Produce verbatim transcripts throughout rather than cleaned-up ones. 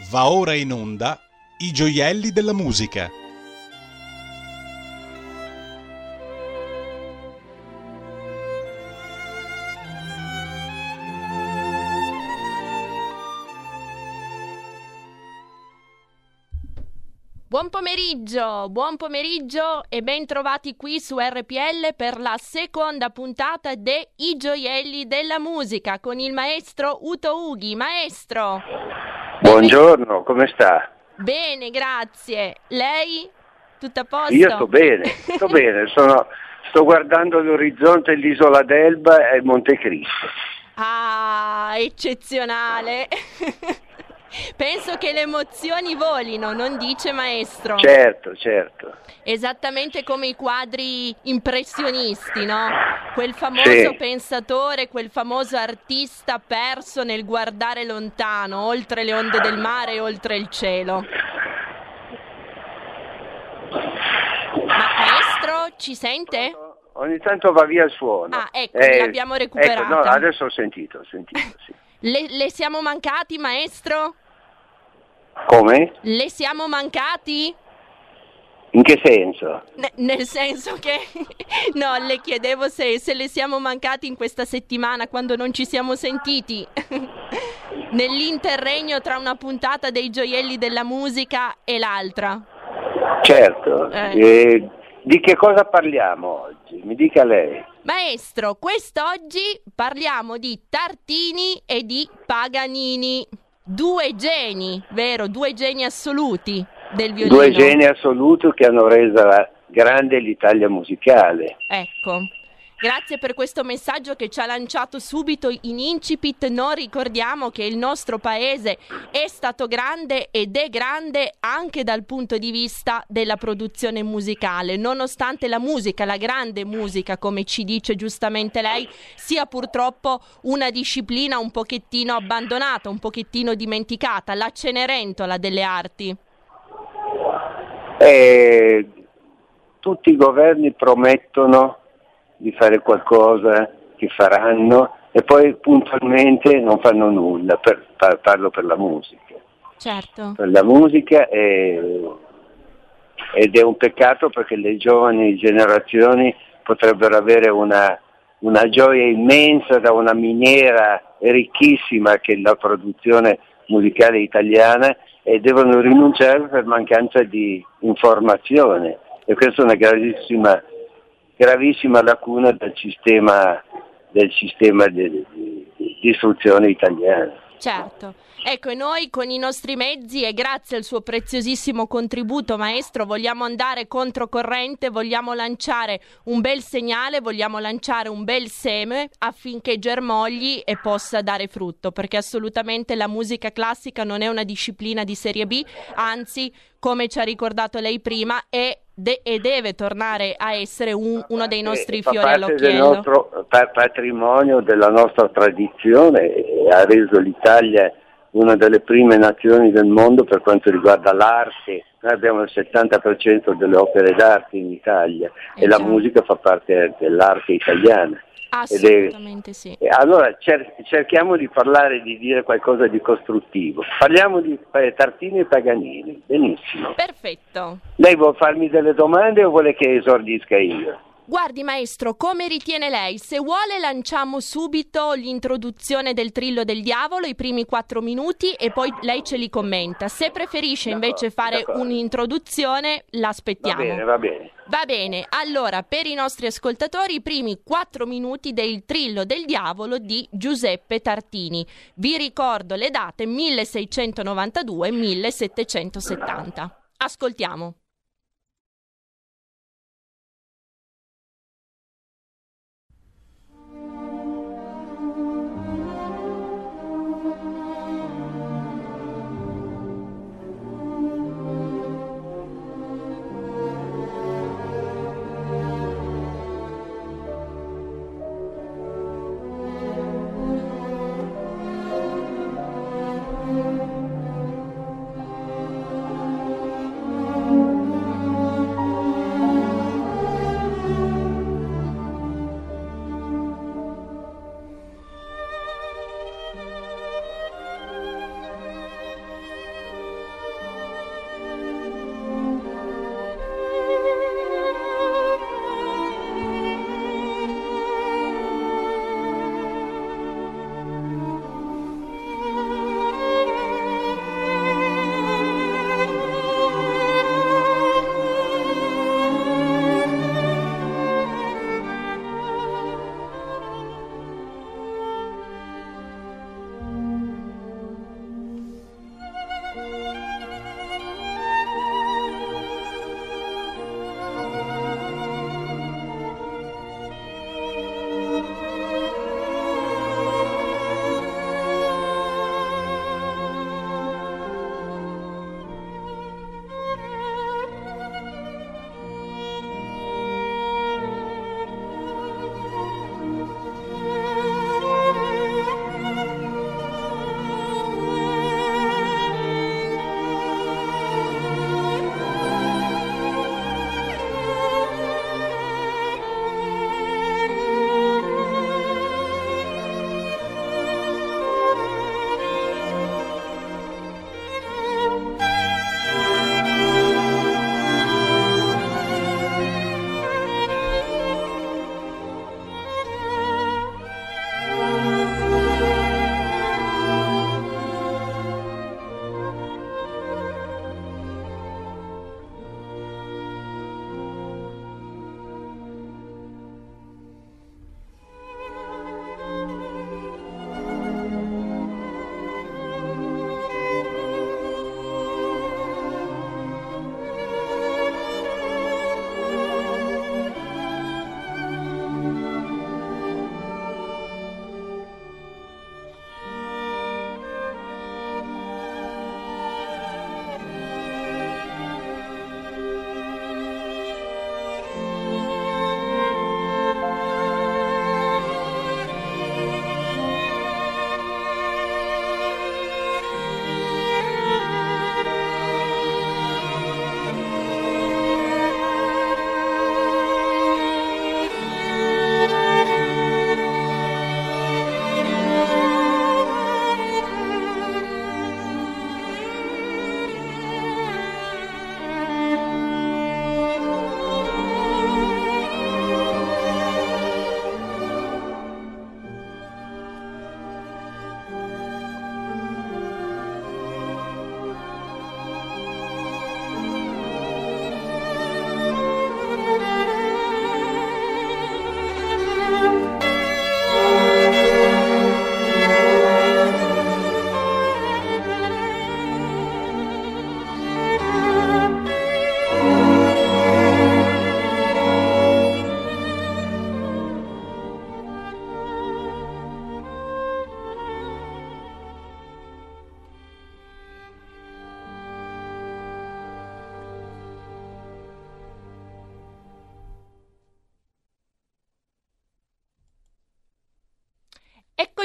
Va ora in onda I gioielli della musica. Buon pomeriggio, buon pomeriggio e ben trovati qui su R P L per la seconda puntata de I gioielli della musica con il maestro Uto Ughi. Maestro! Buongiorno, come sta? Bene, grazie. Lei? Tutto a posto? Io sto bene, sto bene, sono, sto guardando l'orizzonte, l'isola d'Elba e Montecristo. Ah, eccezionale! Penso che le emozioni volino, non dice maestro? Certo, certo. Esattamente come i quadri impressionisti, no? Quel famoso Sì. pensatore, quel famoso artista perso nel guardare lontano, oltre le onde del mare e oltre il cielo. Ma maestro, ci sente? Ogni tanto va via il suono. Ah, ecco, Eh, l'abbiamo recuperata. Ecco, no, adesso ho sentito, ho sentito, sì. Le, le siamo mancati, maestro? Come? Le siamo mancati? In che senso? Ne- nel senso che no, le chiedevo se, se le siamo mancati in questa settimana quando non ci siamo sentiti nell'interregno tra una puntata dei gioielli della musica e l'altra. Certo. Eh. Eh, di che cosa parliamo oggi? Mi dica lei. Maestro, quest'oggi parliamo di Tartini e di Paganini, due geni, vero? Due geni assoluti del violino. Due geni assoluti che hanno reso la- grande l'Italia musicale. Ecco, grazie per questo messaggio che ci ha lanciato subito in incipit. Noi ricordiamo che il nostro paese è stato grande ed è grande anche dal punto di vista della produzione musicale, nonostante la musica, la grande musica, come ci dice giustamente lei, sia purtroppo una disciplina un pochettino abbandonata, un pochettino dimenticata, la Cenerentola delle arti. E tutti i governi promettono di fare qualcosa, che faranno, e poi puntualmente non fanno nulla. Per, par- parlo per la musica. Certo. Per la musica è, ed è un peccato perché le giovani generazioni potrebbero avere una, una gioia immensa da una miniera ricchissima che è la produzione musicale italiana, e devono rinunciare per mancanza di informazione, e questa è una gravissima, gravissima lacuna del sistema, del sistema di, di, di istruzione italiano. Certo, ecco, e noi con i nostri mezzi e grazie al suo preziosissimo contributo, maestro, vogliamo andare controcorrente, vogliamo lanciare un bel segnale, vogliamo lanciare un bel seme affinché germogli e possa dare frutto, perché assolutamente la musica classica non è una disciplina di serie B, anzi, come ci ha ricordato lei prima, è de- e deve tornare a essere un- uno dei nostri Fa fiori parte del all'occhiello. nostro pa- patrimonio, della nostra tradizione, e ha reso l'Italia una delle prime nazioni del mondo per quanto riguarda l'arte. Noi abbiamo il settanta per cento delle opere d'arte in Italia, Eh e la già. musica fa parte dell'arte italiana. Ed è- Assolutamente sì. E allora cer- cerchiamo di parlare, di dire qualcosa di costruttivo. Parliamo di eh, Tartini e Paganini. Benissimo. Perfetto. Lei vuole farmi delle domande o vuole che esordisca io? Guardi maestro, come ritiene lei? Se vuole lanciamo subito l'introduzione del Trillo del Diavolo, i primi quattro minuti, e poi lei ce li commenta. Se preferisce invece D'accordo, fare d'accordo. un'introduzione, Va l'aspettiamo. bene, va bene. Va bene, allora per i nostri ascoltatori i primi quattro minuti del Trillo del Diavolo di Giuseppe Tartini. Vi ricordo le date milleseicentonovantadue millesettecentosettanta. Ascoltiamo.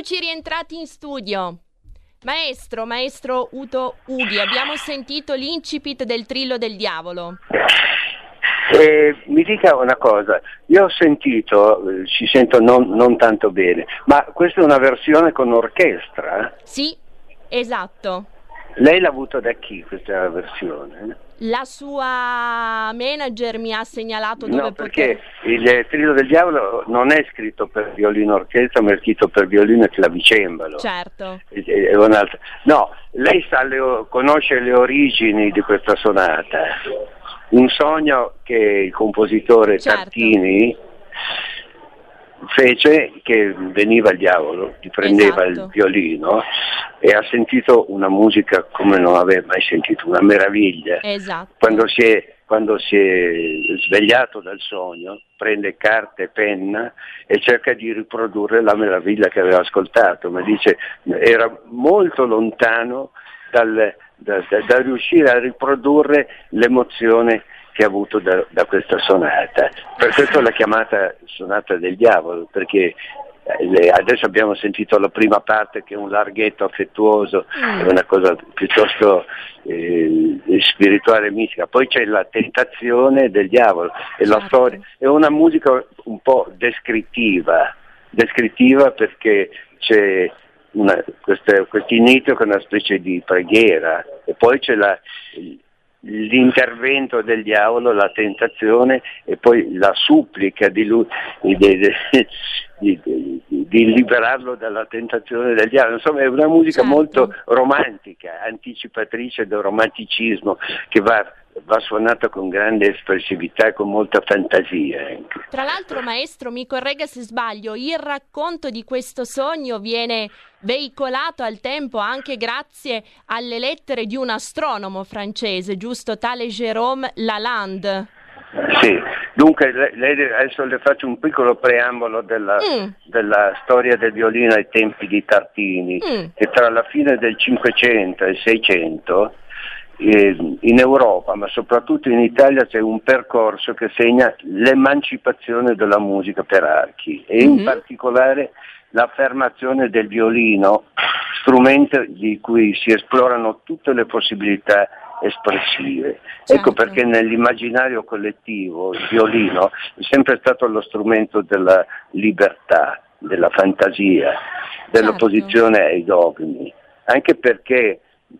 Eccoci rientrati in studio. Maestro, maestro Uto Ughi, abbiamo sentito l'incipit del Trillo del Diavolo. Eh, mi dica una cosa, io ho sentito, eh, ci sento non, non tanto bene, ma questa è una versione con orchestra? Sì, esatto. Lei l'ha avuta da chi questa versione? La sua manager mi ha segnalato dove No, poter... perché il Trillo del Diavolo non è scritto per violino orchestra, ma è scritto per violino e clavicembalo. Certo. È, è un'altra. No, lei sa le, conosce le origini di questa sonata. Un sogno che il compositore Certo. Tartini fece, che veniva il diavolo, gli prendeva Esatto. il violino e ha sentito una musica come non aveva mai sentito, una meraviglia. Esatto. Quando si è, quando si è svegliato dal sogno, prende carta e penna e cerca di riprodurre la meraviglia che aveva ascoltato, ma dice era molto lontano dal, da, da, da riuscire a riprodurre l'emozione che ha avuto da, da questa sonata. Per questo l'ha chiamata sonata del diavolo, perché eh, adesso abbiamo sentito la prima parte che è un larghetto affettuoso, Mm. è una cosa piuttosto eh, spirituale e mistica, poi c'è la tentazione del diavolo e la Certo. storia, è una musica un po' descrittiva, descrittiva perché c'è una, questo inizio che è una specie di preghiera e poi c'è la l'intervento del diavolo, la tentazione e poi la supplica di lui di, di, di, di, di liberarlo dalla tentazione del diavolo. Insomma è una musica Certo. molto romantica, anticipatrice del romanticismo che va, va suonata con grande espressività e con molta fantasia anche. Tra l'altro, maestro, mi corregga se sbaglio, il racconto di questo sogno viene veicolato al tempo anche grazie alle lettere di un astronomo francese, giusto? Tale Jérôme Lalande. Sì, dunque lei, adesso le faccio un piccolo preambolo della, Mm. della storia del violino ai tempi di Tartini, Mm. che tra la fine del Cinquecento e il Seicento eh, in Europa, ma soprattutto in Italia, c'è un percorso che segna l'emancipazione della musica per archi e in Mhm. particolare l'affermazione del violino, strumento di cui si esplorano tutte le possibilità espressive. Certo. Ecco perché nell'immaginario collettivo il violino è sempre stato lo strumento della libertà, della fantasia, dell'opposizione ai dogmi, anche perché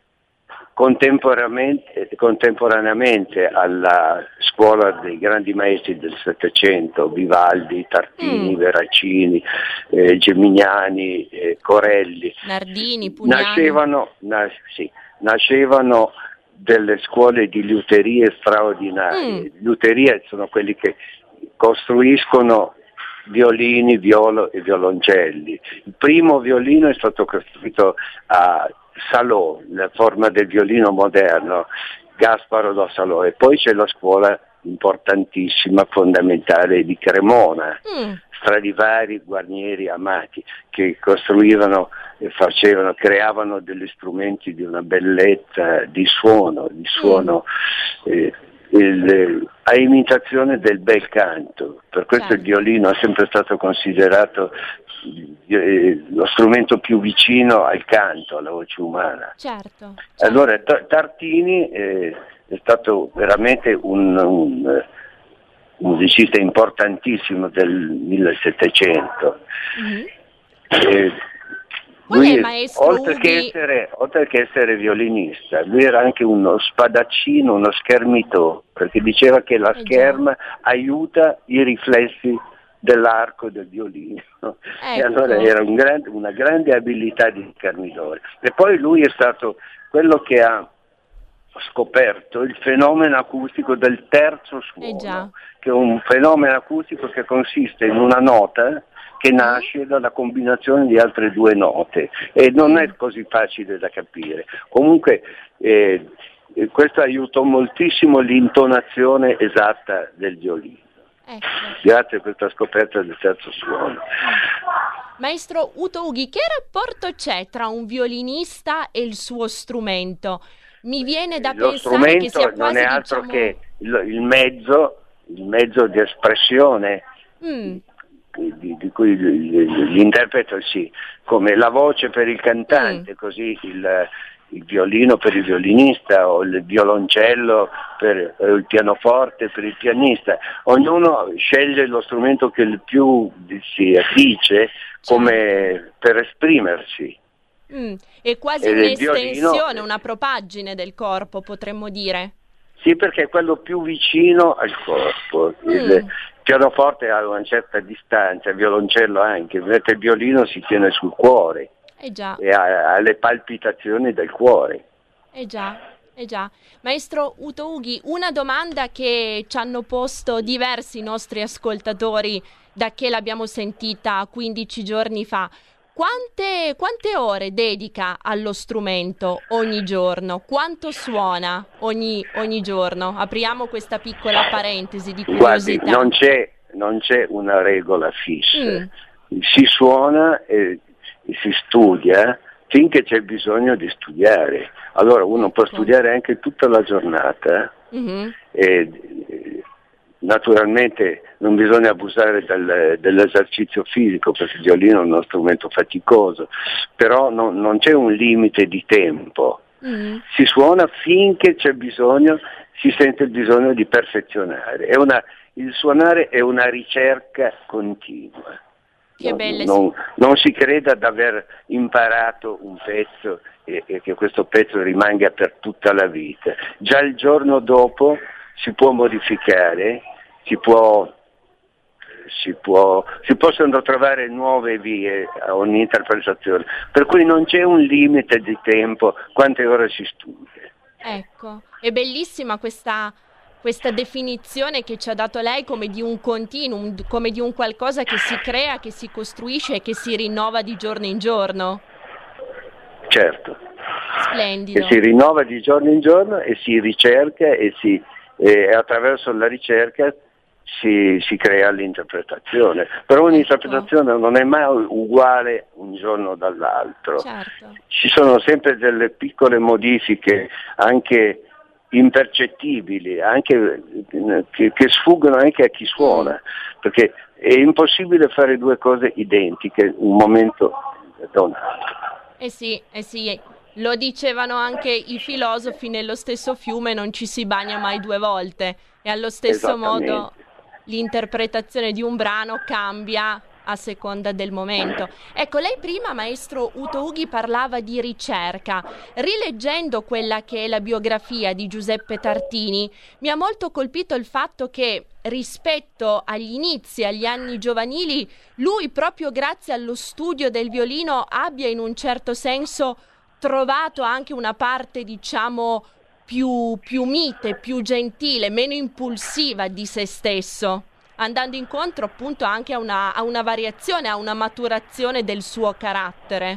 contemporaneamente, contemporaneamente alla scuola dei grandi maestri del Settecento, Vivaldi, Tartini, Mm. Veracini, eh, Gemignani, eh, Corelli, Nardini, Pugnani. nascevano, na- sì, nascevano delle scuole di liuterie straordinarie. Mm. Liuterie sono quelli che costruiscono violini, violo e violoncelli. Il primo violino è stato costruito a Salò, la forma del violino moderno, Gasparo da Salò, e poi c'è la scuola importantissima, fondamentale di Cremona, Mm. Stradivari, Guarnieri, Amati, che costruivano e facevano, creavano degli strumenti di una bellezza di suono, di suono eh, il, a imitazione del bel canto. Per questo Certo. il violino è sempre stato considerato eh, lo strumento più vicino al canto, alla voce umana. Certo. Allora T- Tartini eh, è stato veramente un, un musicista importantissimo del millesettecento. Mhm. Eh, Qual lui, è, maestro oltre, che Ughi? essere, oltre che essere violinista, lui era anche uno spadaccino, uno schermitore, perché diceva che la Eh già. scherma aiuta i riflessi dell'arco del violino. E Ecco. allora era un grande, una grande abilità di schermitore. E poi lui è stato quello che ha scoperto il fenomeno acustico del terzo suono, Eh già. che è un fenomeno acustico che consiste in una nota che nasce dalla combinazione di altre due note e non è così facile da capire. Comunque eh, eh, questo aiutò moltissimo l'intonazione esatta del violino, Ecco. grazie a questa scoperta del terzo suono. Maestro Uto Ughi, che rapporto c'è tra un violinista e il suo strumento? Mi viene da Lo pensare che sia strumento non quasi, è altro diciamo... che il, il mezzo, il mezzo di espressione Mm. di, di cui l'interprete sì, come la voce per il cantante, mm. così il, il violino per il violinista o il violoncello per eh, il pianoforte per il pianista. Ognuno sceglie lo strumento che il più si addice come per esprimersi. Mm. È quasi un'estensione, violino, una propaggine del corpo, potremmo dire. Sì, perché è quello più vicino al corpo. Mm. Il pianoforte ha una certa distanza, il violoncello anche, mentre il violino si tiene sul cuore. Eh già. E ha, ha le palpitazioni del cuore. Eh già, eh già. Maestro Uto Ughi, una domanda che ci hanno posto diversi nostri ascoltatori da che l'abbiamo sentita quindici giorni fa. Quante, quante ore dedica allo strumento ogni giorno? Quanto suona ogni, ogni giorno? Apriamo questa piccola parentesi di curiosità. Guardi, non c'è, non c'è una regola fissa. Mm. Si suona e si studia finché c'è bisogno di studiare. Allora uno può studiare anche tutta la giornata. Mm-hmm. e, Naturalmente non bisogna abusare del, dell'esercizio fisico perché il violino è uno strumento faticoso, però non, non c'è un limite di tempo. Mm. Si suona finché c'è bisogno, si sente il bisogno di perfezionare. È una, il suonare è una ricerca continua. Che non, belle non, non si creda di aver imparato un pezzo e, e che questo pezzo rimanga per tutta la vita. Già il giorno dopo si può modificare, si può, si può, si possono trovare nuove vie a ogni interpretazione, per cui non c'è un limite di tempo, quante ore si studia. Ecco, è bellissima questa, questa definizione che ci ha dato lei come di un continuum, come di un qualcosa che si crea, che si costruisce e che si rinnova di giorno in giorno. Certo. Splendido. Che si rinnova di giorno in giorno e si ricerca e si e attraverso la ricerca si, si crea l'interpretazione, però un'interpretazione ecco. non è mai uguale un giorno dall'altro, certo. Ci sono sempre delle piccole modifiche anche impercettibili, anche che, che sfuggono anche a chi suona, mm. perché è impossibile fare due cose identiche un momento da un altro. Eh sì, eh sì. Lo dicevano anche i filosofi, nello stesso fiume non ci si bagna mai due volte e allo stesso modo l'interpretazione di un brano cambia a seconda del momento. Ecco, lei prima, maestro Uto Ughi, parlava di ricerca. Rileggendo quella che è la biografia di Giuseppe Tartini, mi ha molto colpito il fatto che rispetto agli inizi, agli anni giovanili, lui proprio grazie allo studio del violino abbia in un certo senso trovato anche una parte, diciamo, più, più mite, più gentile, meno impulsiva di se stesso, andando incontro appunto anche a una, a una variazione, a una maturazione del suo carattere.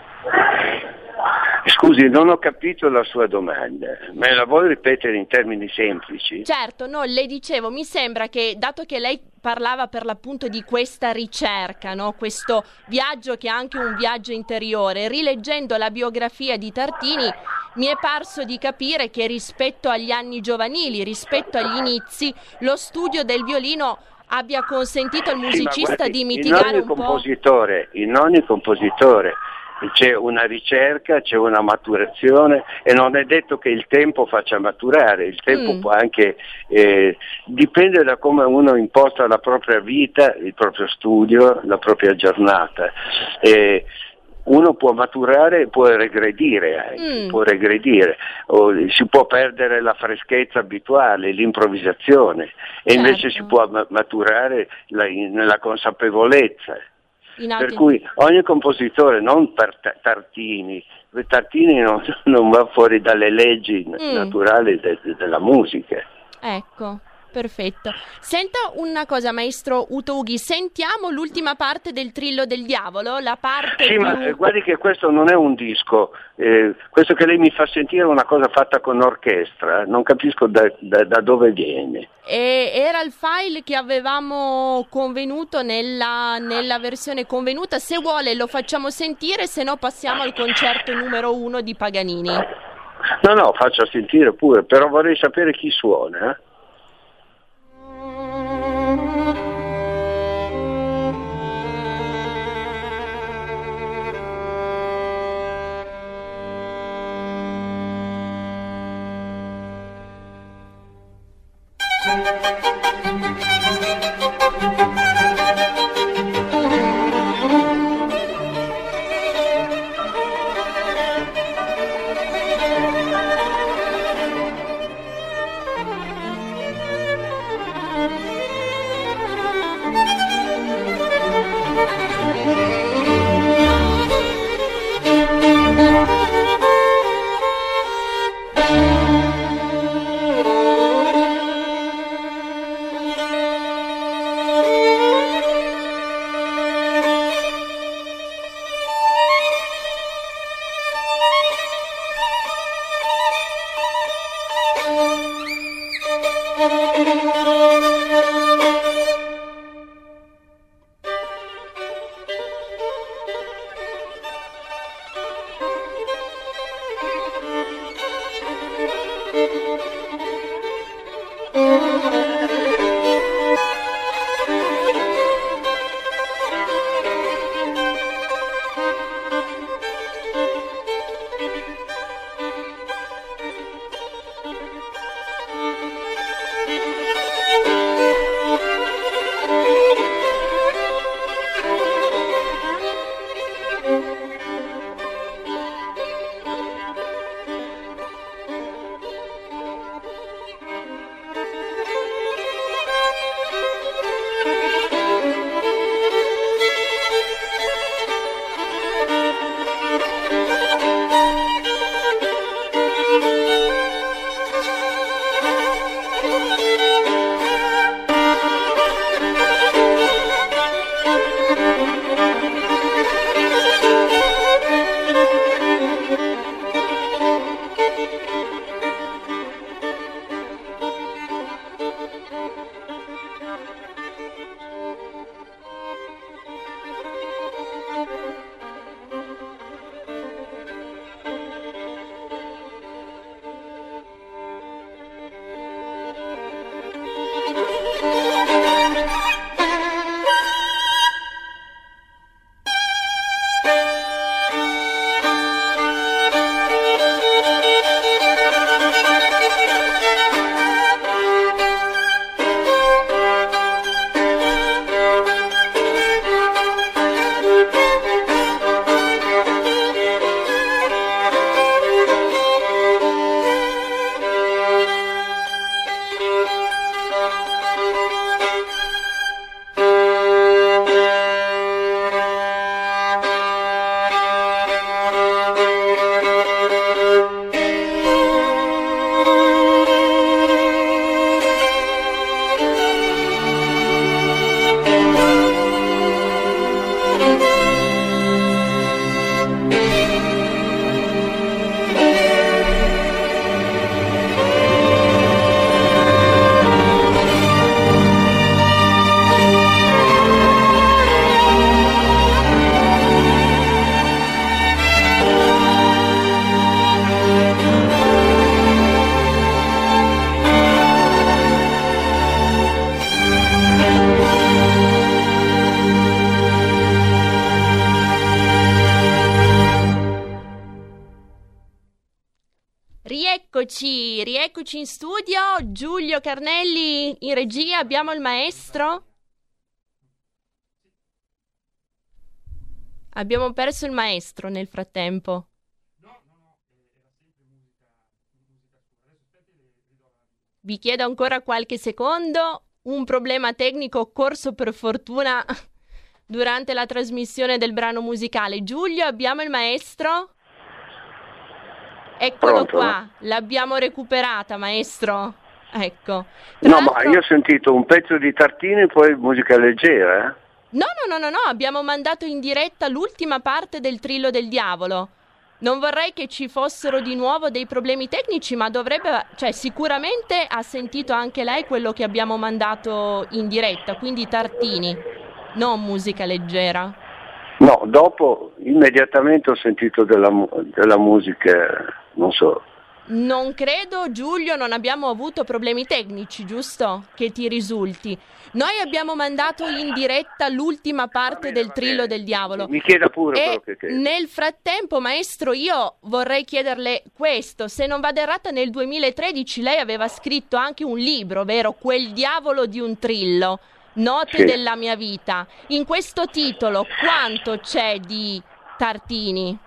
Scusi, non ho capito la sua domanda, me la vuoi ripetere in termini semplici? Certo, no, le dicevo, mi sembra che, dato che lei parlava per l'appunto di questa ricerca, no? Questo viaggio che è anche un viaggio interiore, rileggendo la biografia di Tartini mi è parso di capire che rispetto agli anni giovanili, rispetto agli inizi, lo studio del violino abbia consentito al musicista sì, guardi, di mitigare un compositore, po'... In ogni compositore c'è una ricerca, c'è una maturazione e non è detto che il tempo faccia maturare, il tempo mm. può anche, eh, dipende da come uno imposta la propria vita, il proprio studio, la propria giornata. Eh, uno può maturare e può regredire anche, mm. può regredire, o si può perdere la freschezza abituale, l'improvvisazione, e certo. invece si può maturare la, nella consapevolezza. Per cui ogni compositore, non per Tartini, Tartini non, non va fuori dalle leggi mm. naturali de, de, della musica. Ecco, perfetto. Senta una cosa, maestro Uto Ughi, sentiamo l'ultima parte del Trillo del Diavolo, la parte Sì, più... ma guardi che questo non è un disco, eh, questo che lei mi fa sentire è una cosa fatta con orchestra, non capisco da, da, da dove viene. E era il file che avevamo convenuto nella, nella versione convenuta, se vuole lo facciamo sentire, se no passiamo al concerto numero uno di Paganini. No, no, faccia sentire pure, però vorrei sapere chi suona. Eh? Rieccoci, rieccoci in studio. Giulio Carnelli in regia, abbiamo il maestro. Abbiamo perso il maestro nel frattempo. Vi chiedo ancora qualche secondo. Un problema tecnico occorso per fortuna durante la trasmissione del brano musicale. Giulio, abbiamo il maestro? Eccolo Pronto? qua, l'abbiamo recuperata, maestro. Ecco. No, Tra l'altro- ma io ho sentito un pezzo di Tartini e poi musica leggera, eh? No, no, no, no, no, abbiamo mandato in diretta l'ultima parte del Trillo del Diavolo. Non vorrei che ci fossero di nuovo dei problemi tecnici, ma dovrebbe, cioè sicuramente ha sentito anche lei quello che abbiamo mandato in diretta, quindi Tartini, non musica leggera. No, dopo immediatamente ho sentito della, mu- della musica, non so, Non credo, Giulio, non abbiamo avuto problemi tecnici, giusto? Che ti risulti. Noi abbiamo mandato in diretta l'ultima parte bene, del Trillo del Diavolo. Mi chieda pure e quello che crede. Nel frattempo, maestro, io vorrei chiederle questo. Se non vado errata, nel duemilatredici lei aveva scritto anche un libro, vero? Quel diavolo di un Trillo, Note Sì. della mia vita. In questo titolo quanto c'è di Tartini?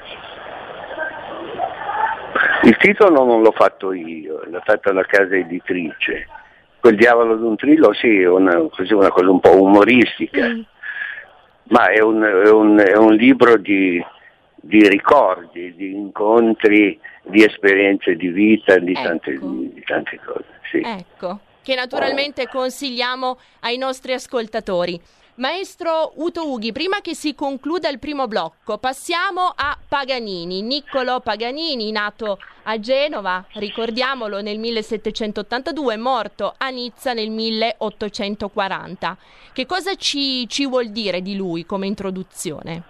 Il titolo non l'ho fatto io, l'ha fatta la casa editrice. Quel diavolo di un Trillo, sì, è una, così una cosa un po' umoristica, mm. ma è un, è un, è un libro di, di ricordi, di incontri, di esperienze di vita, di, ecco. tante, di, di tante cose. Sì. Ecco, che naturalmente consigliamo ai nostri ascoltatori. Maestro Uto Ughi, prima che si concluda il primo blocco, passiamo a Paganini. Niccolò Paganini, nato a Genova, ricordiamolo, nel millesettecentottantadue, morto a Nizza nel milleottocentoquaranta. Che cosa ci, ci vuol dire di lui come introduzione?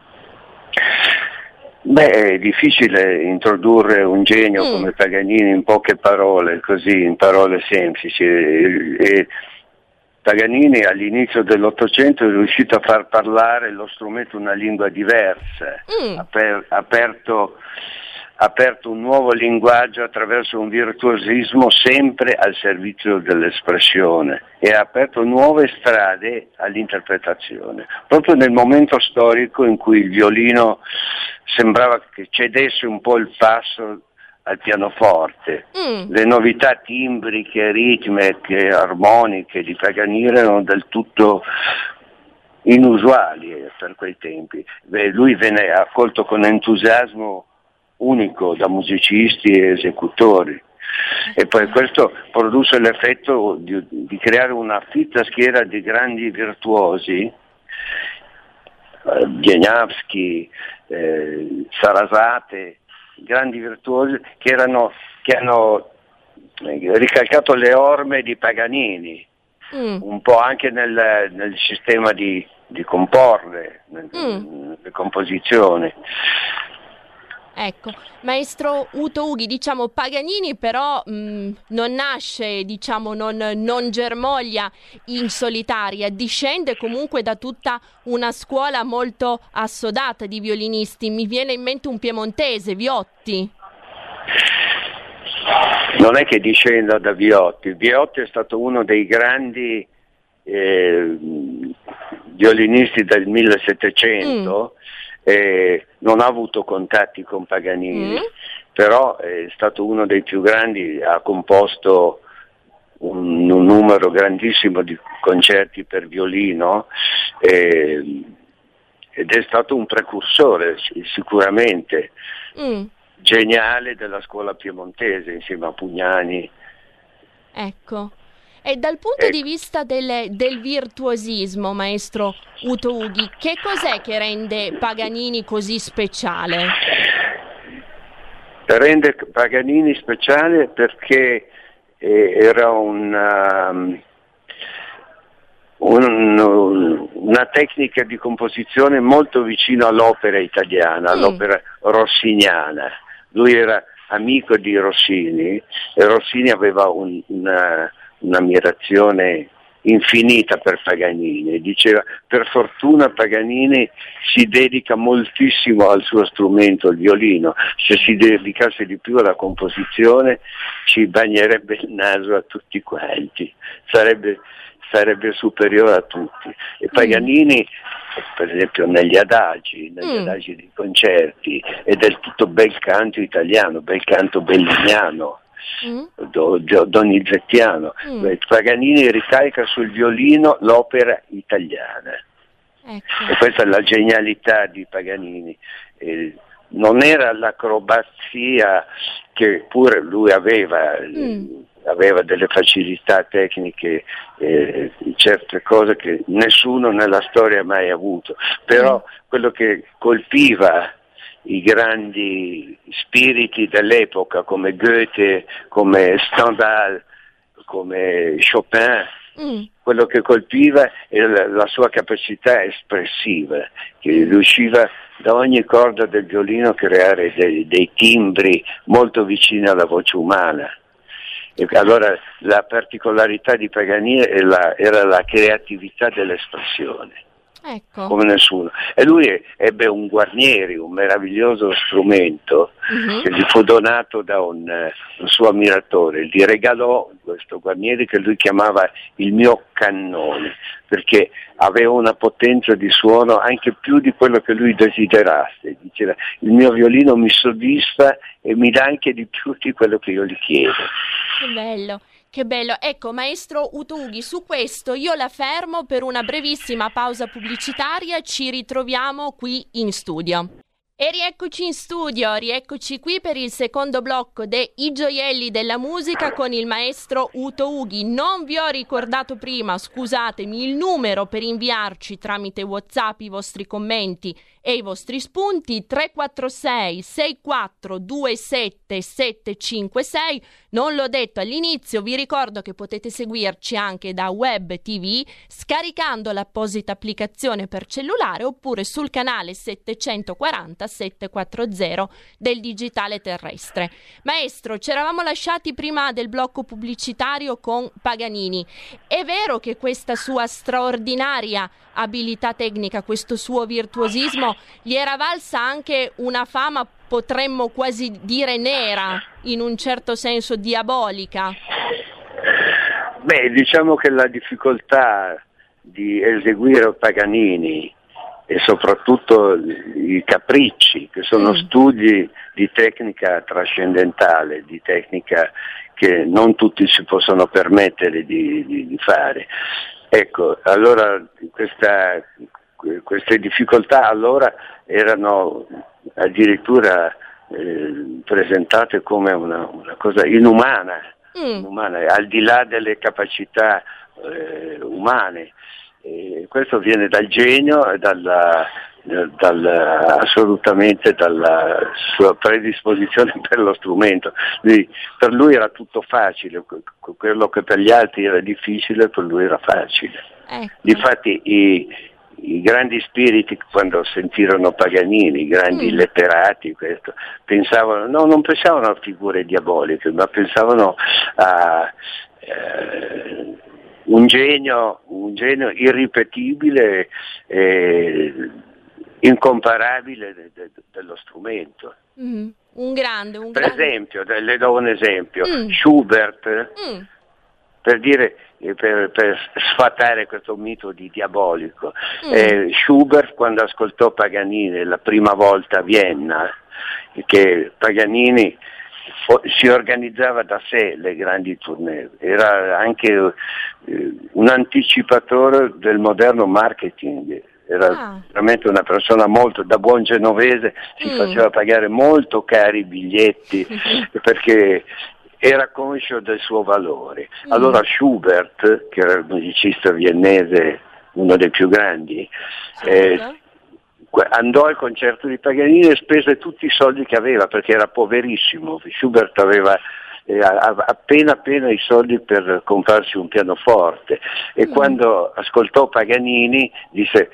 Beh, è difficile introdurre un genio mm. come Paganini in poche parole, così, in parole semplici. E, e Paganini all'inizio dell'Ottocento è riuscito a far parlare lo strumento una lingua diversa, mm. aper, aperto, aperto un nuovo linguaggio attraverso un virtuosismo sempre al servizio dell'espressione e ha aperto nuove strade all'interpretazione, proprio nel momento storico in cui il violino sembrava che cedesse un po' il passo al pianoforte. Mm. Le novità timbriche, ritmiche, armoniche di Paganini erano del tutto inusuali per quei tempi. Beh, lui venne accolto con entusiasmo unico da musicisti e esecutori. E poi questo produsse l'effetto di, di creare una fitta schiera di grandi virtuosi, eh, Wieniawski, eh, Sarasate, grandi virtuosi che, erano, che hanno ricalcato le orme di Paganini, mm. un po' anche nel, nel sistema di, di comporre, nel, mm. nelle composizioni. Ecco, maestro Uto Ughi, diciamo Paganini però mh, non nasce, diciamo, non, non germoglia in solitaria, discende comunque da tutta una scuola molto assodata di violinisti. Mi viene in mente un piemontese, Viotti. Non è che discenda da Viotti, Viotti è stato uno dei grandi eh, violinisti del millesettecento. Mm. Eh, non ha avuto contatti con Paganini, mm. però è stato uno dei più grandi, ha composto un, un numero grandissimo di concerti per violino eh, ed è stato un precursore sicuramente mm. geniale della scuola piemontese insieme a Pugnani. Ecco. E dal punto ecco. di vista del, del virtuosismo, maestro Uto Ughi, che cos'è che rende Paganini così speciale? Rende Paganini speciale perché eh, era una, un, una tecnica di composizione molto vicina all'opera italiana, mm. all'opera rossiniana. Lui era amico di Rossini e Rossini aveva un, una un'ammirazione infinita per Paganini e diceva: per fortuna Paganini si dedica moltissimo al suo strumento, il violino, se si dedicasse di più alla composizione ci bagnerebbe il naso a tutti quanti, sarebbe, sarebbe superiore a tutti. E Paganini per esempio negli adagi, negli mm. adagi dei concerti è del tutto bel canto italiano, bel canto bellignano, Mm. donizettiano. Mm. Paganini ricarica sul violino l'opera italiana. Ecco. E questa è la genialità di Paganini. Eh, non era l'acrobazia che pure lui aveva, mm. aveva delle facilità tecniche, eh, certe cose che nessuno nella storia ha mai avuto, però mm. quello che colpiva i grandi spiriti dell'epoca come Goethe, come Stendhal, come Chopin, mm. quello che colpiva era la, la sua capacità espressiva, che riusciva da ogni corda del violino creare dei, dei timbri molto vicini alla voce umana. E allora la particolarità di Paganini era la, era la creatività dell'espressione, ecco. come nessuno. E lui ebbe un Guarnieri, un meraviglioso strumento, uh-huh. che gli fu donato da un, un suo ammiratore. Gli regalò questo Guarnieri che lui chiamava il mio cannone, perché aveva una potenza di suono anche più di quello che lui desiderasse. Diceva: il mio violino mi soddisfa e mi dà anche di più di quello che io gli chiedo. Che bello, che bello. Ecco, maestro Uto-Ughi, su questo io la fermo per una brevissima pausa pubblicitaria, ci ritroviamo qui in studio. E rieccoci in studio, rieccoci qui per il secondo blocco de I gioielli della musica con il maestro Uto-Ughi. Non vi ho ricordato prima, scusatemi, il numero per inviarci tramite WhatsApp i vostri commenti e i vostri spunti: tre quattro sei sei quattro due sette sette cinque sei. Non l'ho detto all'inizio, vi ricordo che potete seguirci anche da Web T V scaricando l'apposita applicazione per cellulare oppure sul canale settecentoquaranta settecentoquaranta del digitale terrestre. Maestro, ci eravamo lasciati prima del blocco pubblicitario con Paganini. È vero che questa sua straordinaria abilità tecnica, questo suo virtuosismo, gli era valsa anche una fama, potremmo quasi dire nera, in un certo senso diabolica? Beh, diciamo che la difficoltà di eseguire Paganini e soprattutto i capricci, che sono mm. studi di tecnica trascendentale, di tecnica che non tutti si possono permettere di, di, di fare. Ecco, allora questa, queste difficoltà allora erano addirittura eh, presentate come una, una cosa inumana, mm. inumana, al di là delle capacità eh, umane. E questo viene dal genio e dalla, dalla, assolutamente dalla sua predisposizione per lo strumento. Lui, per lui era tutto facile, quello che per gli altri era difficile per lui era facile. Ecco. Difatti i, i grandi spiriti, quando sentirono Paganini, i grandi mm. letterati, questo, pensavano, no, non pensavano a figure diaboliche, ma pensavano a eh, un genio, un genio irripetibile e incomparabile de, de, dello strumento. Mm, un grande, un per grande. esempio, le do un esempio, mm. Schubert, mm. per dire, per, per sfatare questo mito di diabolico, mm. eh, Schubert quando ascoltò Paganini la prima volta a Vienna, che Paganini si organizzava da sé le grandi tournée, era anche eh, un anticipatore del moderno marketing, era ah. veramente una persona molto, da buon genovese si mm. faceva pagare molto cari i biglietti perché era conscio del suo valore. Mm. Allora Schubert, che era il musicista viennese, uno dei più grandi, eh, andò al concerto di Paganini e spese tutti i soldi che aveva perché era poverissimo. Schubert aveva eh, appena appena i soldi per comprarsi un pianoforte e mm. quando ascoltò Paganini disse: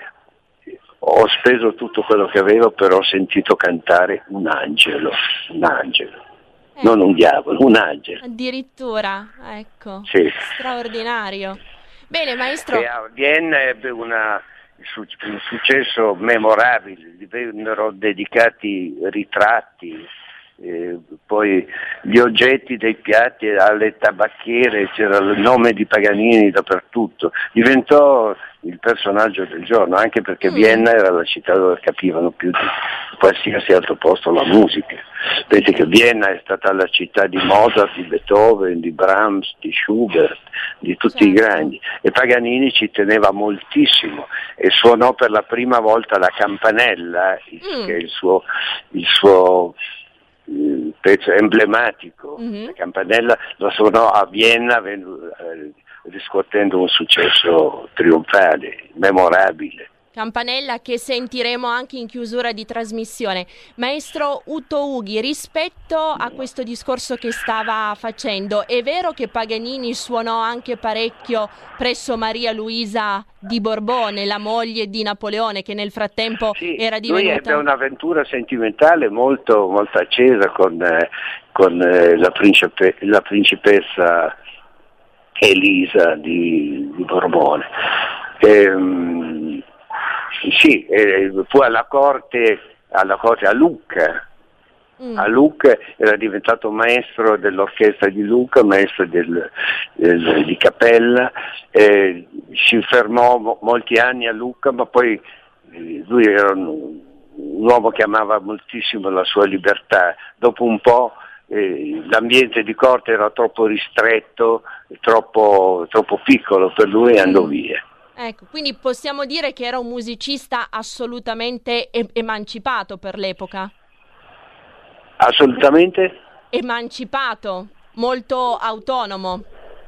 ho speso tutto quello che avevo, però ho sentito cantare un angelo, un angelo, eh. non un diavolo, un angelo. Addirittura, ecco, sì. Straordinario. Bene, maestro. E a Vienna ebbe una un successo memorabile, gli vennero dedicati ritratti, eh, poi gli oggetti dei piatti alle tabacchiere, c'era il nome di Paganini dappertutto, diventò il personaggio del giorno, anche perché mm. Vienna era la città dove capivano più di qualsiasi altro posto la musica. Pensi che Vienna è stata la città di Mozart, di Beethoven, di Brahms, di Schubert, di tutti certo. i grandi, e Paganini ci teneva moltissimo e suonò per la prima volta la campanella, mm. che è il suo, il suo il pezzo emblematico. Mm-hmm. La campanella la suonò a Vienna riscuotendo un successo trionfale, memorabile. campanella che sentiremo anche in chiusura di trasmissione. Maestro Uto Ughi, rispetto a questo discorso che stava facendo, è vero che Paganini suonò anche parecchio presso Maria Luisa di Borbone, la moglie di Napoleone, che nel frattempo sì, era divenuta... Lui ebbe un'avventura sentimentale molto, molto accesa con, eh, con eh, la, principe, la principessa Elisa di, di Borbone. Ehm, sì, eh, fu alla corte, alla corte a Lucca. Mm. A Lucca era diventato maestro dell'orchestra di Lucca, maestro del, del, di cappella, eh, si fermò mo- molti anni a Lucca, ma poi eh, lui era un, un uomo che amava moltissimo la sua libertà. Dopo un po' eh, l'ambiente di corte era troppo ristretto, troppo, troppo piccolo per lui e andò via. Ecco, quindi possiamo dire che era un musicista assolutamente e- emancipato per l'epoca? Assolutamente? Emancipato, molto autonomo.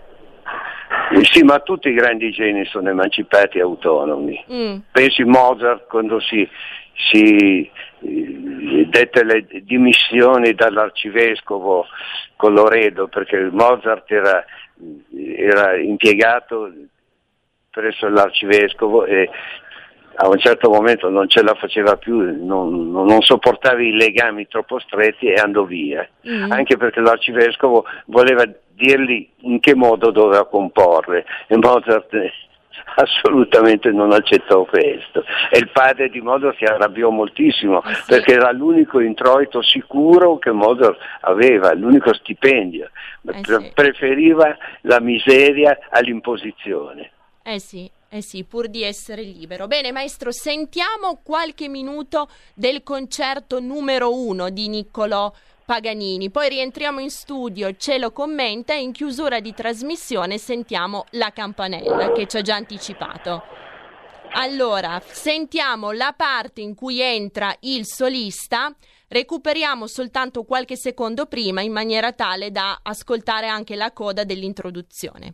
Eh sì, ma tutti i grandi geni sono emancipati e autonomi. Mm. Pensi Mozart quando si, si eh, dette le dimissioni dall'arcivescovo Colloredo, perché Mozart era, era impiegato presso l'arcivescovo e a un certo momento non ce la faceva più, non, non sopportava i legami troppo stretti e andò via, mm. anche perché l'arcivescovo voleva dirgli in che modo doveva comporre e Mozart assolutamente non accettò questo e il padre di Mozart si arrabbiò moltissimo eh sì. perché era l'unico introito sicuro che Mozart aveva, l'unico stipendio, eh Pre- sì. preferiva la miseria all'imposizione. Eh sì, eh sì, pur di essere libero. Bene, maestro, sentiamo qualche minuto del concerto numero uno di Niccolò Paganini, poi rientriamo in studio, ce lo commenta e in chiusura di trasmissione sentiamo la campanella che ci ha già anticipato. Allora, sentiamo la parte in cui entra il solista, recuperiamo soltanto qualche secondo prima in maniera tale da ascoltare anche la coda dell'introduzione.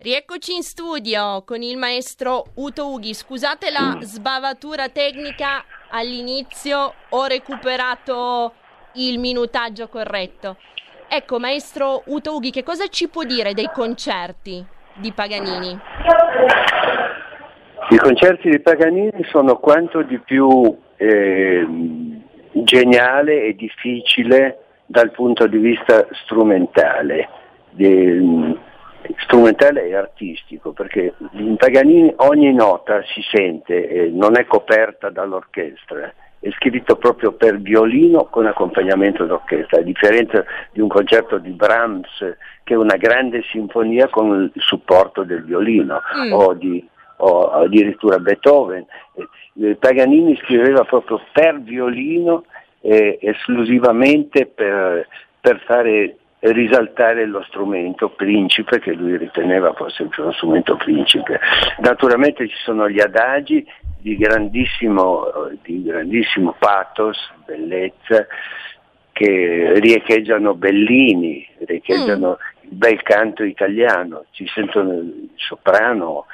Rieccoci in studio con il maestro Uto Ughi. Scusate la sbavatura tecnica all'inizio, ho recuperato il minutaggio corretto. Ecco, maestro Uto Ughi, che cosa ci può dire dei concerti di Paganini? I concerti di Paganini sono quanto di più eh, geniale e difficile dal punto di vista strumentale. De, strumentale e artistico, perché in Paganini ogni nota si sente, eh, non è coperta dall'orchestra, è scritto proprio per violino con accompagnamento d'orchestra, a differenza di un concerto di Brahms che è una grande sinfonia con il supporto del violino, mm. o, di, o addirittura Beethoven. Eh, Paganini scriveva proprio per violino, eh, esclusivamente per, per fare risaltare lo strumento principe, che lui riteneva fosse uno strumento principe. Naturalmente ci sono gli adagi di grandissimo, di grandissimo pathos, bellezza, che riecheggiano Bellini, riecheggiano mm. il bel canto italiano, ci sentono il soprano.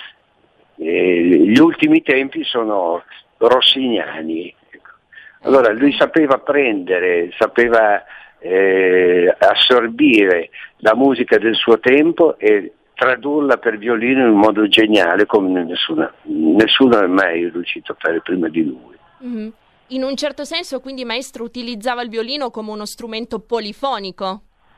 E gli ultimi tempi sono rossiniani. Allora lui sapeva prendere, sapeva Eh, assorbire la musica del suo tempo e tradurla per violino in un modo geniale come nessuna, nessuno è mai riuscito a fare prima di lui. Mm-hmm. In un certo senso quindi maestro utilizzava il violino come uno strumento polifonico?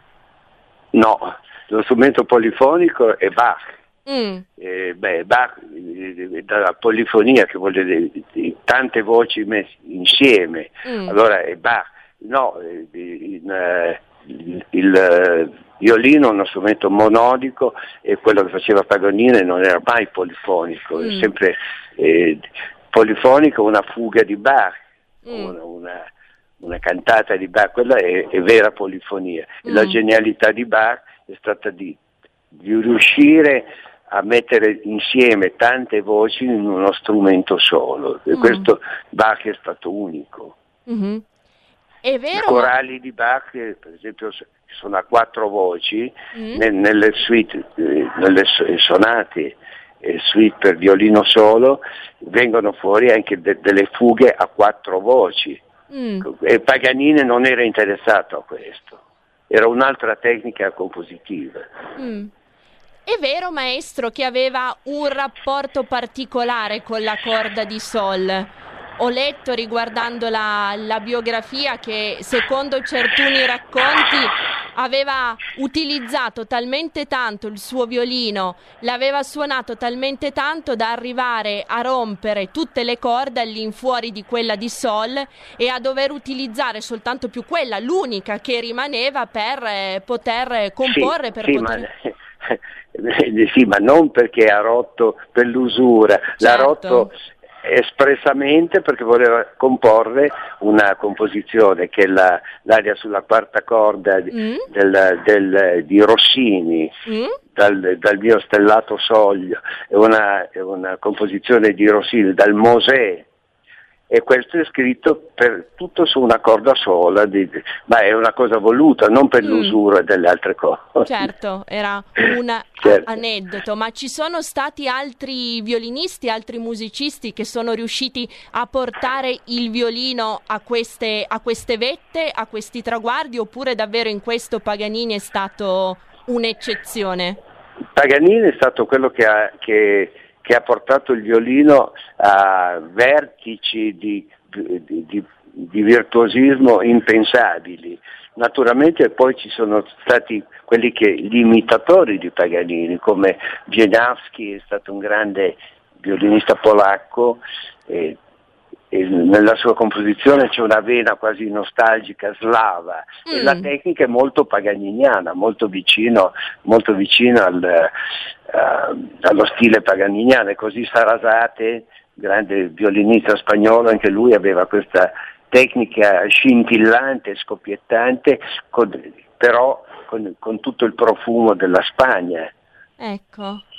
No, lo strumento polifonico è Bach. Mm. Eh, beh, Bach eh, dalla polifonia, che vuol dire tante voci messe insieme, mm. allora è Bach. No, il, il, il violino è uno strumento monodico e quello che faceva Paganini non era mai polifonico, mm. è sempre eh, polifonico una fuga di Bach, mm. una, una, una cantata di Bach, quella è, è vera polifonia. Mm. E la genialità di Bach è stata di, di riuscire a mettere insieme tante voci in uno strumento solo, e mm. questo Bach è stato unico. Mm-hmm. È vero, I corali di Bach, per esempio, sono a quattro voci, mm. nel, nelle suite, eh, nelle sonate e suite per violino solo, vengono fuori anche de- delle fughe a quattro voci. Mm. E Paganini non era interessato a questo, era un'altra tecnica compositiva. Mm. È vero, maestro, che aveva un rapporto particolare con la corda di sol. Ho letto riguardando la, la biografia che secondo certuni racconti aveva utilizzato talmente tanto il suo violino, l'aveva suonato talmente tanto da arrivare a rompere tutte le corde all'infuori di quella di sol e a dover utilizzare soltanto più quella, l'unica che rimaneva per eh, poter comporre. Sì, per sì, poter... ma, sì, ma non perché ha rotto per l'usura, certo. l'ha rotto espressamente perché voleva comporre una composizione che è la, l'aria sulla quarta corda mm. del, del, di Rossini, mm. dal, dal mio stellato soglio, è una, è una composizione di Rossini, dal Mosè, e questo è scritto per tutto su una corda sola, di, ma è una cosa voluta, non per mm. l'usura delle altre cose. Certo, era un certo. aneddoto, ma ci sono stati altri violinisti, altri musicisti che sono riusciti a portare il violino a queste, a queste vette, a questi traguardi, oppure davvero in questo Paganini è stato un'eccezione? Paganini è stato quello che ha... Che, che ha portato il violino a vertici di, di, di, di virtuosismo impensabili. Naturalmente poi ci sono stati quelli che, gli imitatori di Paganini, come Wieniawski, è stato un grande violinista polacco, e, e nella sua composizione c'è una vena quasi nostalgica, slava, mm. e la tecnica è molto paganiniana, molto vicino, molto vicino al... Uh, allo stile paganiniano. E così Sarasate, grande violinista spagnolo, anche lui aveva questa tecnica scintillante, scoppiettante, con, però con, con tutto il profumo della Spagna. Ecco.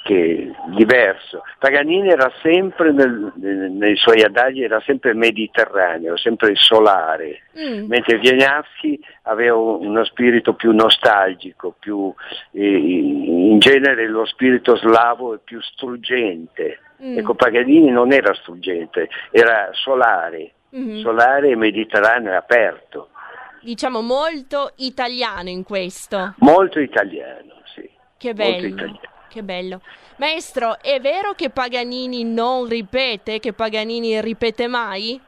che diverso. Paganini era sempre nel, nei suoi adagi era sempre mediterraneo, sempre solare, mm. mentre Wieniawski aveva uno spirito più nostalgico, più eh, in genere lo spirito slavo è più struggente. Mm. Ecco, Paganini non era struggente, era solare, mm-hmm. solare e mediterraneo aperto. Diciamo molto italiano in questo. Molto italiano, sì. Che bello. Che bello. Maestro, è vero che Paganini non ripete, che Paganini ripete mai?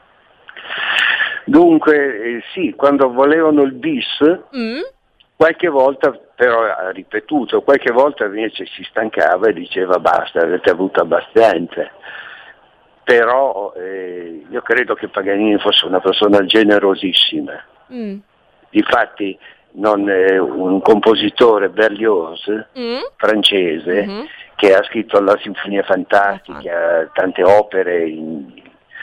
Dunque, eh, sì, quando volevano il bis, mm. qualche volta però ha ripetuto, qualche volta invece si stancava e diceva basta, avete avuto abbastanza. Però eh, io credo che Paganini fosse una persona generosissima. Mm. Difatti, non è un compositore Berlioz mm. francese mm-hmm. che ha scritto la Sinfonia Fantastica, tante opere in,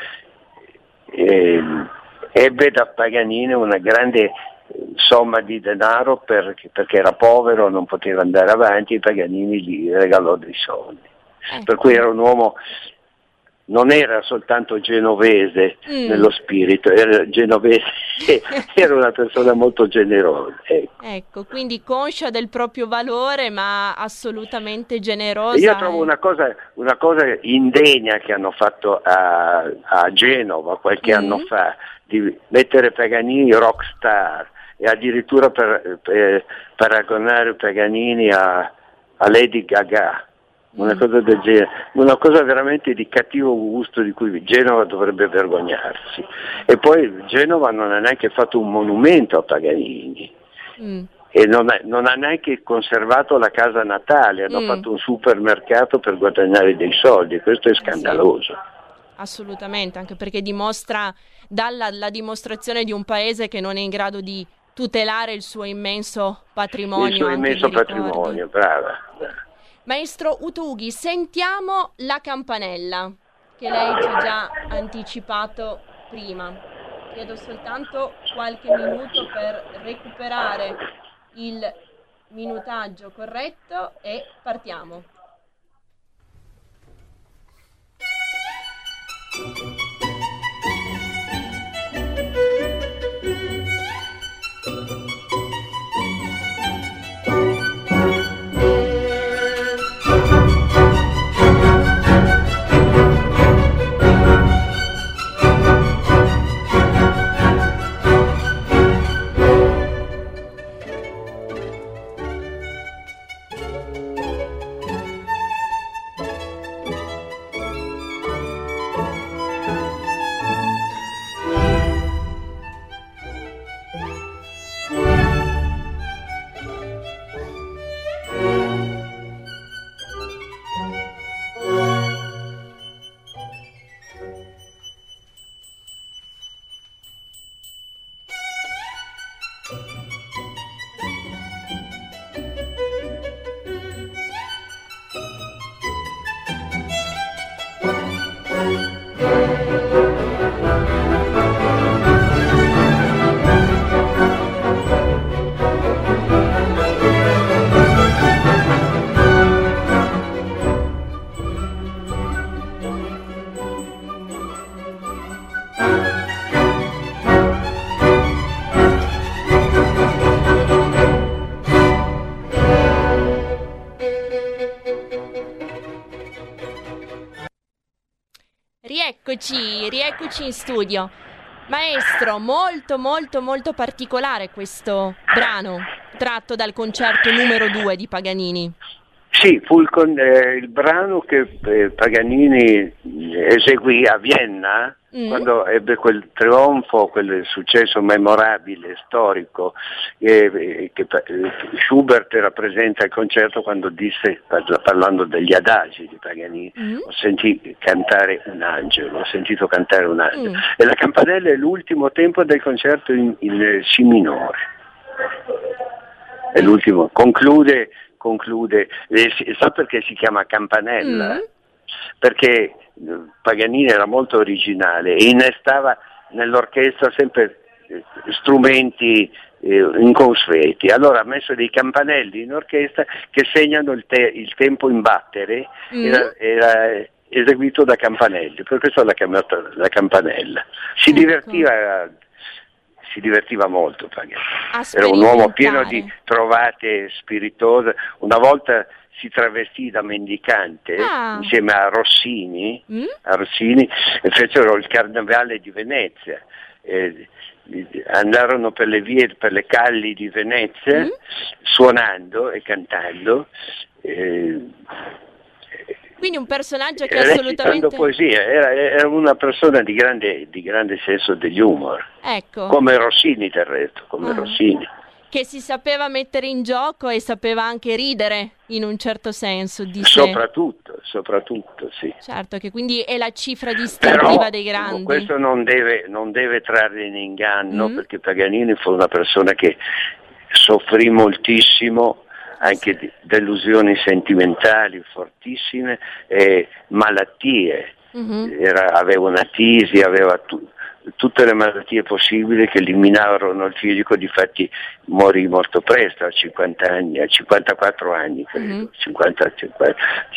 e, ebbe da Paganini una grande somma di denaro perché, perché era povero, non poteva andare avanti e Paganini gli regalò dei soldi, ecco. Per cui era un uomo, non era soltanto genovese mm. nello spirito, era genovese, era una persona molto generosa. Ecco. ecco, quindi conscia del proprio valore, ma assolutamente generosa. Io trovo e... una cosa, una cosa indegna che hanno fatto a, a Genova qualche mm. anno fa, di mettere Paganini rockstar e addirittura per, per paragonare Paganini a, a Lady Gaga. Una cosa del genere, una cosa veramente di cattivo gusto di cui Genova dovrebbe vergognarsi. E poi Genova non ha neanche fatto un monumento a Paganini mm. e non ha, non ha neanche conservato la casa natale, hanno mm. fatto un supermercato per guadagnare dei soldi, questo è scandaloso. Sì. Assolutamente, anche perché dimostra, dà la, la dimostrazione di un paese che non è in grado di tutelare il suo immenso patrimonio. Il suo immenso patrimonio, brava. brava. Maestro Utughi, sentiamo la campanella che lei ci ha già anticipato prima. Chiedo soltanto qualche minuto per recuperare il minutaggio corretto e partiamo. Rieccoci, rieccoci in studio. Maestro, molto molto molto particolare questo brano tratto dal concerto numero due di Paganini. Sì, fu il, con, eh, il brano che eh, Paganini eseguì a Vienna mm. quando ebbe quel trionfo, quel successo memorabile, storico, eh, che eh, Schubert rappresenta il concerto quando disse, parlando degli adagi di Paganini, mm. ho sentito cantare un angelo, ho sentito cantare un angelo. Mm. E la campanella è l'ultimo tempo del concerto in, in Si minore. È l'ultimo, conclude... conclude, eh, sa perché si chiama campanella? Mm. Perché Paganini era molto originale e innestava nell'orchestra sempre strumenti inconsueti. Allora ha messo dei campanelli in orchestra che segnano il, te- il tempo in battere, mm. era, era eseguito da campanelli, per questo l'ha chiamata la campanella. Si ecco. divertiva si divertiva molto, era un uomo pieno di trovate spiritose. Una volta si travestì da mendicante ah. insieme a Rossini, mm? a Rossini e fecero il Carnevale di Venezia. Eh, andarono per le vie, per le calli di Venezia, mm? suonando e cantando. Eh, Quindi un personaggio che assolutamente... poesia, era, era una persona di grande, di grande senso degli humor, ecco. come Rossini del resto, come ah. Rossini. Che si sapeva mettere in gioco e sapeva anche ridere in un certo senso di sé. Soprattutto, soprattutto, sì. Certo, che quindi è la cifra distintiva Però, dei grandi. Questo non deve, non deve trarre in inganno, mm. perché Paganini fu una persona che soffrì moltissimo, anche di delusioni sentimentali fortissime e malattie. Mm-hmm. Era, aveva una tisi, aveva tu, tutte le malattie possibili che eliminarono il fisico, difatti morì molto presto, a cinquanta anni, a cinquantaquattro anni credo, mm-hmm. cinquanta, cinquanta,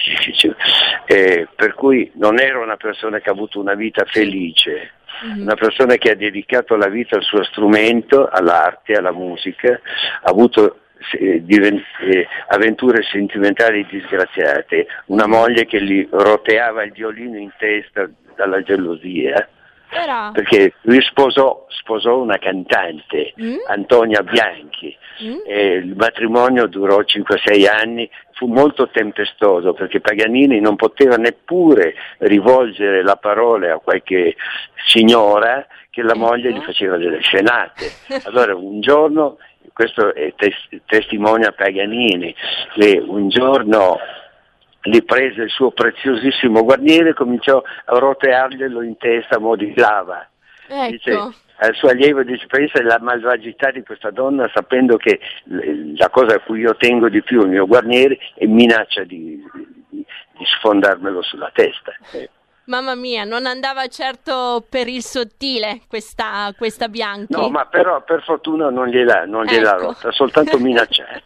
eh, per cui non era una persona che ha avuto una vita felice. Mm-hmm. Una persona che ha dedicato la vita al suo strumento, all'arte, alla musica, ha avuto eh, divent- eh, avventure sentimentali disgraziate, una mm-hmm. moglie che gli roteava il violino in testa dalla gelosia, Era. perché lui sposò, sposò una cantante, mm? Antonia Bianchi, mm? e il matrimonio durò cinque sei anni, fu molto tempestoso perché Paganini non poteva neppure rivolgere la parola a qualche signora che la moglie gli faceva delle scenate. Allora un giorno, questo è tes- testimonia Paganini, che un giorno gli prese il suo preziosissimo guarniere e cominciò a rotearglielo in testa a mo' di lava. Ecco. Dice, al suo allievo dice: pensa alla malvagità di questa donna, sapendo che la cosa a cui io tengo di più il mio guarniere, e minaccia di, di, di sfondarmelo sulla testa. Mamma mia, non andava certo per il sottile questa, questa Bianchi. No, ma però per fortuna non gliel'ha, non gliel'ha ecco. rotta, soltanto minacciata.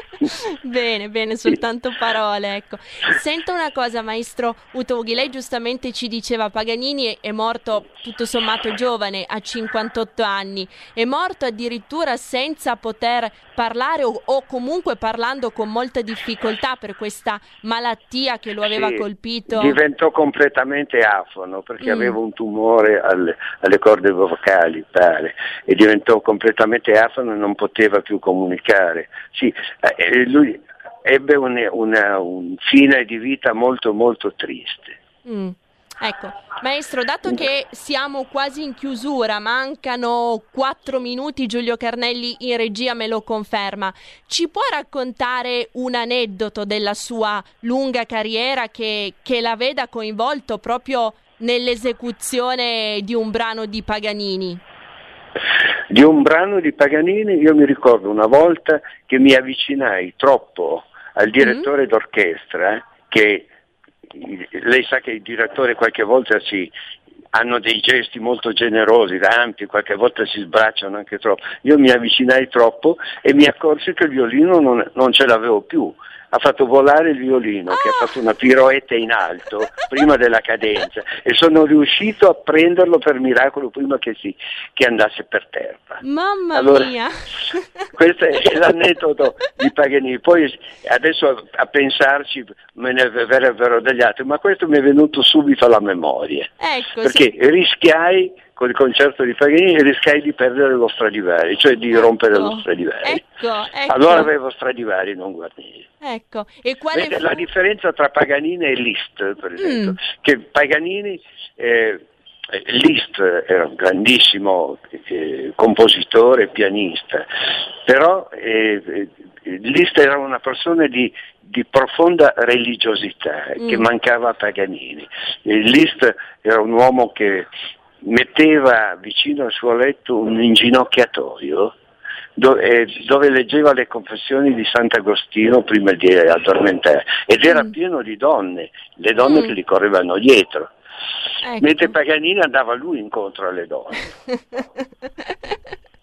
Bene, bene, soltanto parole, ecco. Senta una cosa, maestro Uttoghi, lei giustamente ci diceva Paganini è morto tutto sommato giovane, a cinquantotto anni, è morto addirittura senza poter parlare o, o comunque parlando con molta difficoltà per questa malattia che lo aveva sì, colpito. Diventò completamente afono perché mm. aveva un tumore alle, alle corde vocali, pare, e diventò completamente afono e non poteva più comunicare. Sì, eh, lui ebbe un, una, un fine di vita molto molto triste. Mm. Ecco, maestro, dato che siamo quasi in chiusura, mancano quattro minuti, Giulio Carnelli in regia me lo conferma, ci può raccontare un aneddoto della sua lunga carriera che, che la veda coinvolto proprio nell'esecuzione di un brano di Paganini? Di un brano di Paganini io mi ricordo una volta che mi avvicinai troppo al direttore mm. d'orchestra, che lei sa che i direttori qualche volta si hanno dei gesti molto generosi, ampi, qualche volta si sbracciano anche troppo. Io mi avvicinai troppo e mi accorsi che il violino non, non ce l'avevo più. Ha fatto volare il violino, ah! che ha fatto una piroetta in alto prima della cadenza, e sono riuscito a prenderlo per miracolo prima che, si, che andasse per terra. Mamma allora, mia! Questo è l'aneddoto di Paganini. Poi adesso a, a pensarci me ne verrebbero degli altri, ma questo mi è venuto subito alla memoria. Ecco, perché sì. rischiai con il concerto di Paganini rischiai di perdere lo Stradivari, cioè di ecco, rompere lo Stradivari. Ecco, ecco. Allora avevo Stradivari, non Guarnieri. Ecco, e quale Vede, fu... la differenza tra Paganini e Liszt, per esempio, mm. che Paganini, eh, Liszt era un grandissimo eh, compositore e pianista, però eh, Liszt era una persona di, di profonda religiosità mm. che mancava a Paganini. E Liszt era un uomo che metteva vicino al suo letto un inginocchiatoio dove, dove leggeva le confessioni di Sant'Agostino prima di addormentare, ed era mm. pieno di donne, le donne mm. che gli correvano dietro, ecco. mentre Paganini andava lui incontro alle donne.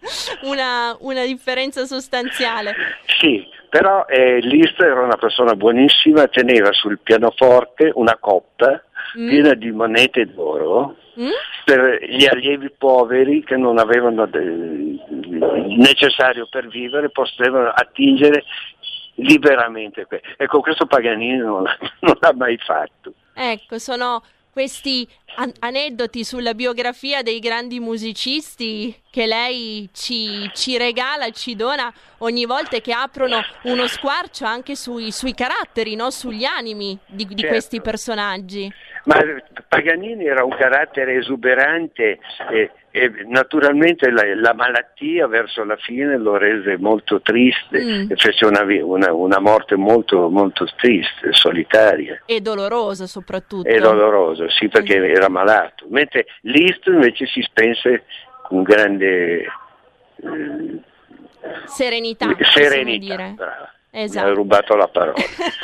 una, una differenza sostanziale. Sì, però eh, Liszt era una persona buonissima, teneva sul pianoforte una coppa mm. piena di monete d'oro mm? per gli allievi poveri che non avevano il necessario per vivere, potevano attingere liberamente. Ecco, questo Paganini non l'ha, non l'ha mai fatto. Ecco, sono questi an- aneddoti sulla biografia dei grandi musicisti che lei ci, ci regala, ci dona ogni volta, che aprono uno squarcio anche sui, sui caratteri, no? Sugli animi di, di certo. questi personaggi. Ma Paganini era un carattere esuberante e, e naturalmente la, la malattia verso la fine lo rese molto triste mm. e fece una, una, una morte molto, molto triste, solitaria. E dolorosa soprattutto. E dolorosa, sì, perché mm. era malato. Mentre Liszt invece si spense con grande eh, serenità, serenità, dire. Brava. Esatto. Mi ha rubato la parola.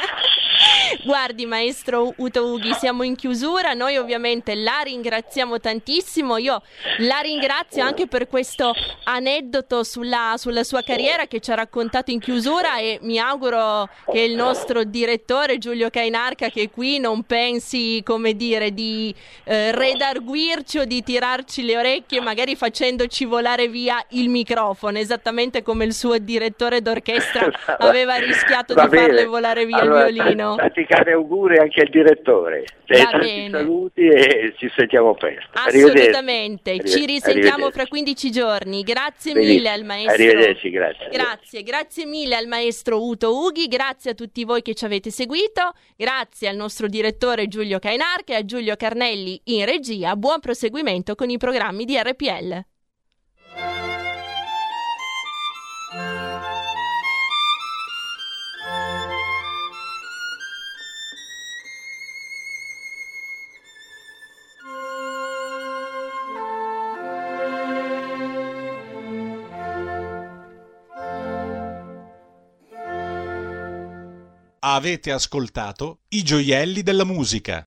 Guardi, maestro Uto Ughi, siamo in chiusura, noi ovviamente la ringraziamo tantissimo, io la ringrazio anche per questo aneddoto sulla, sulla sua carriera che ci ha raccontato in chiusura, e mi auguro che il nostro direttore Giulio Cainarca, che qui, non pensi, come dire, di eh, redarguirci o di tirarci le orecchie, magari facendoci volare via il microfono, esattamente come il suo direttore d'orchestra aveva rischiato Va di bene. farle volare via Allora, il violino. Tanti cari auguri anche al direttore. E tanti bene. saluti e ci sentiamo presto. Assolutamente, Arrivederci. ci risentiamo Arrivederci. fra quindici giorni. Grazie Benissimo. mille al maestro. Arrivederci, grazie. Grazie, grazie mille al maestro Uto Ughi, grazie a tutti voi che ci avete seguito, grazie al nostro direttore Giulio Cainarca e a Giulio Carnelli in regia. Buon proseguimento con i programmi di R P L. Avete ascoltato I gioielli della musica,